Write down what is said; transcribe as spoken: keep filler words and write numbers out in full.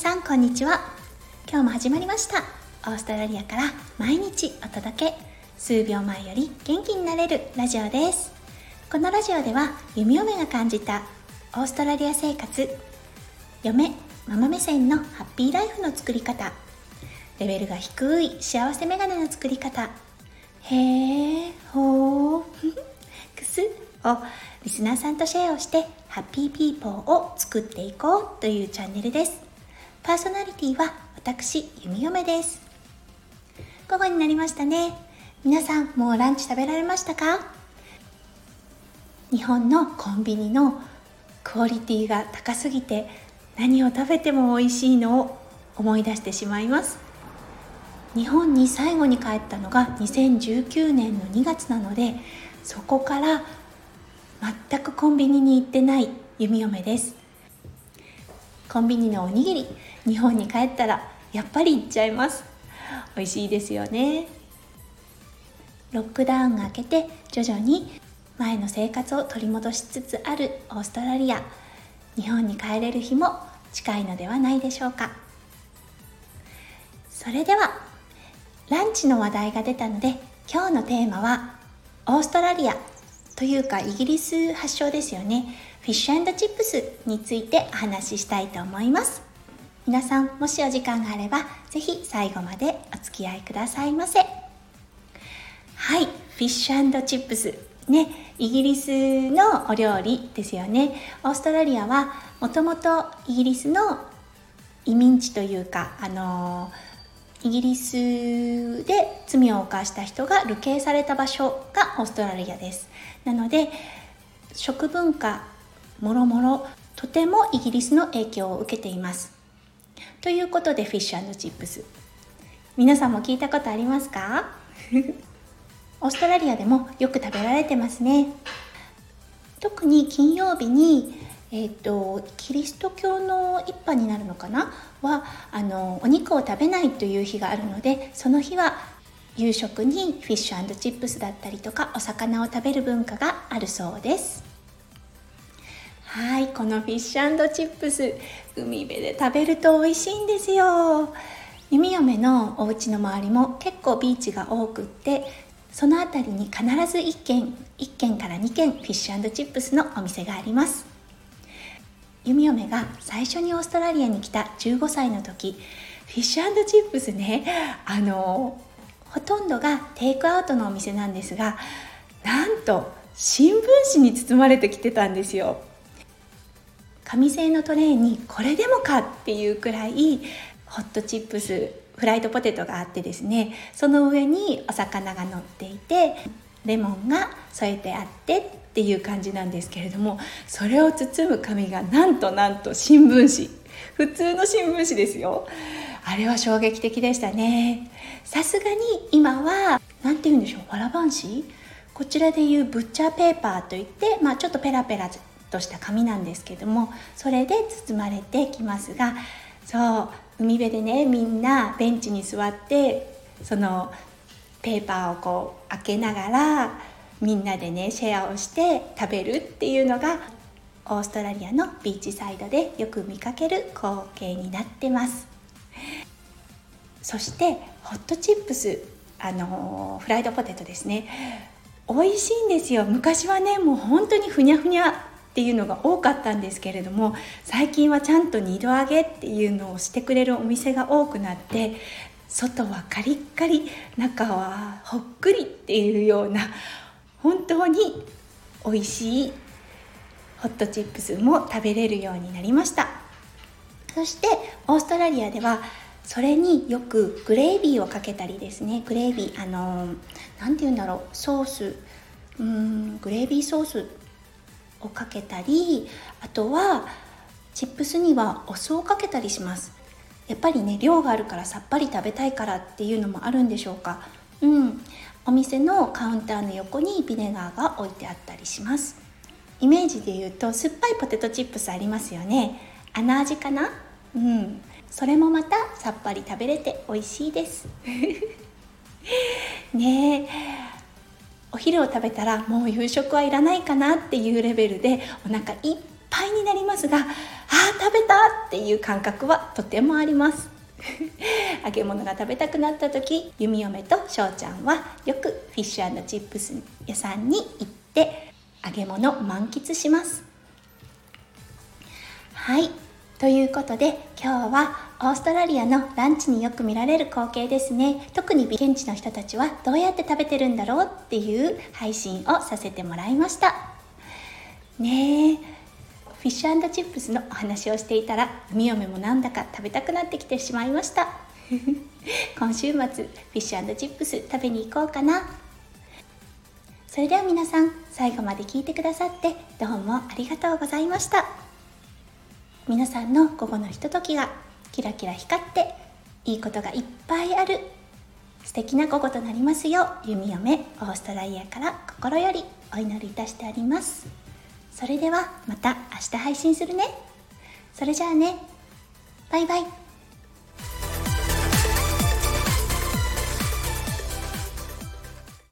さんこんにちは。今日も始まりました。オーストラリアから毎日お届け、数秒前より元気になれるラジオです。このラジオでは弓嫁が感じたオーストラリア生活、嫁ママ目線のハッピーライフの作り方、レベルが低い幸せメガネの作り方、へーほーくすをリスナーさんとシェアをしてハッピーピーポーを作っていこうというチャンネルです。パーソナリティは私弓嫁です。午後になりましたね。皆さんもうランチ食べられましたか？日本のコンビニのクオリティが高すぎて何を食べても美味しいのを思い出してしまいます。日本に最後に帰ったのがにせんじゅうきゅうねんのにがつなので、そこから全くコンビニに行ってない弓嫁です。コンビニのおにぎり、日本に帰ったらやっぱり行っちゃいます。美味しいですよね。ロックダウンが明けて徐々に前の生活を取り戻しつつあるオーストラリア、日本に帰れる日も近いのではないでしょうか。それではランチの話題が出たので、今日のテーマはオーストラリアというかイギリス発祥ですよね、フィッシュ&チップスについてお話ししたいと思います。皆さんもしお時間があればぜひ最後までお付き合いくださいませ。はい、フィッシュ&チップスね、イギリスのお料理ですよね。オーストラリアはもともとイギリスの移民地というか、あのイギリスで罪を犯した人が流刑された場所がオーストラリアです。なので食文化もろもろとてもイギリスの影響を受けています。ということでフィッシュ&チップス、皆さんも聞いたことありますか？オーストラリアでもよく食べられてますね。特に金曜日に、えーと、キリスト教の一派になるのかなはあのお肉を食べないという日があるので、その日は夕食にフィッシュ&チップスだったりとかお魚を食べる文化があるそうです。はい、このフィッシュ&チップス、海辺で食べると美味しいんですよ。弓嫁のお家の周りも結構ビーチが多くって、そのあたりに必ずいっけんいっけんからにけんフィッシュ&チップスのお店があります。弓嫁が最初にオーストラリアに来たじゅうごさいの時、フィッシュ&チップスね、あのほとんどがテイクアウトのお店なんですが、なんと新聞紙に包まれてきてたんですよ。紙製のトレイにこれでもかっていうくらいホットチップス、フライドポテトがあってですね、その上にお魚が乗っていてレモンが添えてあってっていう感じなんですけれども、それを包む紙がなんとなんと新聞紙、普通の新聞紙ですよ。あれは衝撃的でしたね。さすがに今はなんて言うんでしょう、わらばん紙、こちらでいうブッチャーペーパーといって、まあ、ちょっとペラペラとした紙なんですけども、それで包まれてきますが、そう海辺でね、みんなベンチに座ってそのペーパーをこう開けながらみんなでねシェアをして食べるっていうのがオーストラリアのビーチサイドでよく見かける光景になってます。そしてホットチップス、あのフライドポテトですね、美味しいんですよ。昔はねもう本当にふにゃふにゃっていうのが多かったんですけれども、最近はちゃんと二度揚げっていうのをしてくれるお店が多くなって、外はカリッカリ、中はほっくりっていうような本当に美味しいホットチップスも食べれるようになりました。そしてオーストラリアではそれによくグレービーをかけたりですね、グレービー、あのなんていうんだろう、ソース、うーんグレービーソースをかけたり、あとはチップスにはお酢をかけたりします。やっぱりね量があるからさっぱり食べたいからっていうのもあるんでしょうか。うんお店のカウンターの横にビネガーが置いてあったりします。イメージで言うと酸っぱいポテトチップスありますよね。あの味かな。うんそれもまたさっぱり食べれて美味しいですねえ、お昼を食べたらもう夕食はいらないかなっていうレベルでお腹いっぱいになりますが、 あー食べたっていう感覚はとてもあります揚げ物が食べたくなった時、弓嫁としょうちゃんはよくフィッシュ&チップス屋さんに行って揚げ物満喫します。はい、ということで今日はオーストラリアのランチによく見られる光景ですね。特に現地の人たちはどうやって食べてるんだろうっていう配信をさせてもらいましたね。えフィッシュ&チップスのお話をしていたら海嫁もなんだか食べたくなってきてしまいました今週末フィッシュ&チップス食べに行こうかな。それでは皆さん、最後まで聞いてくださってどうもありがとうございました。皆さんの午後のひとときがキラキラ光っていいことがいっぱいある素敵な午後となりますよう、弓嫁オーストラリアから心よりお祈りいたしております。それではまた明日配信するね。それじゃあね、バイバイ。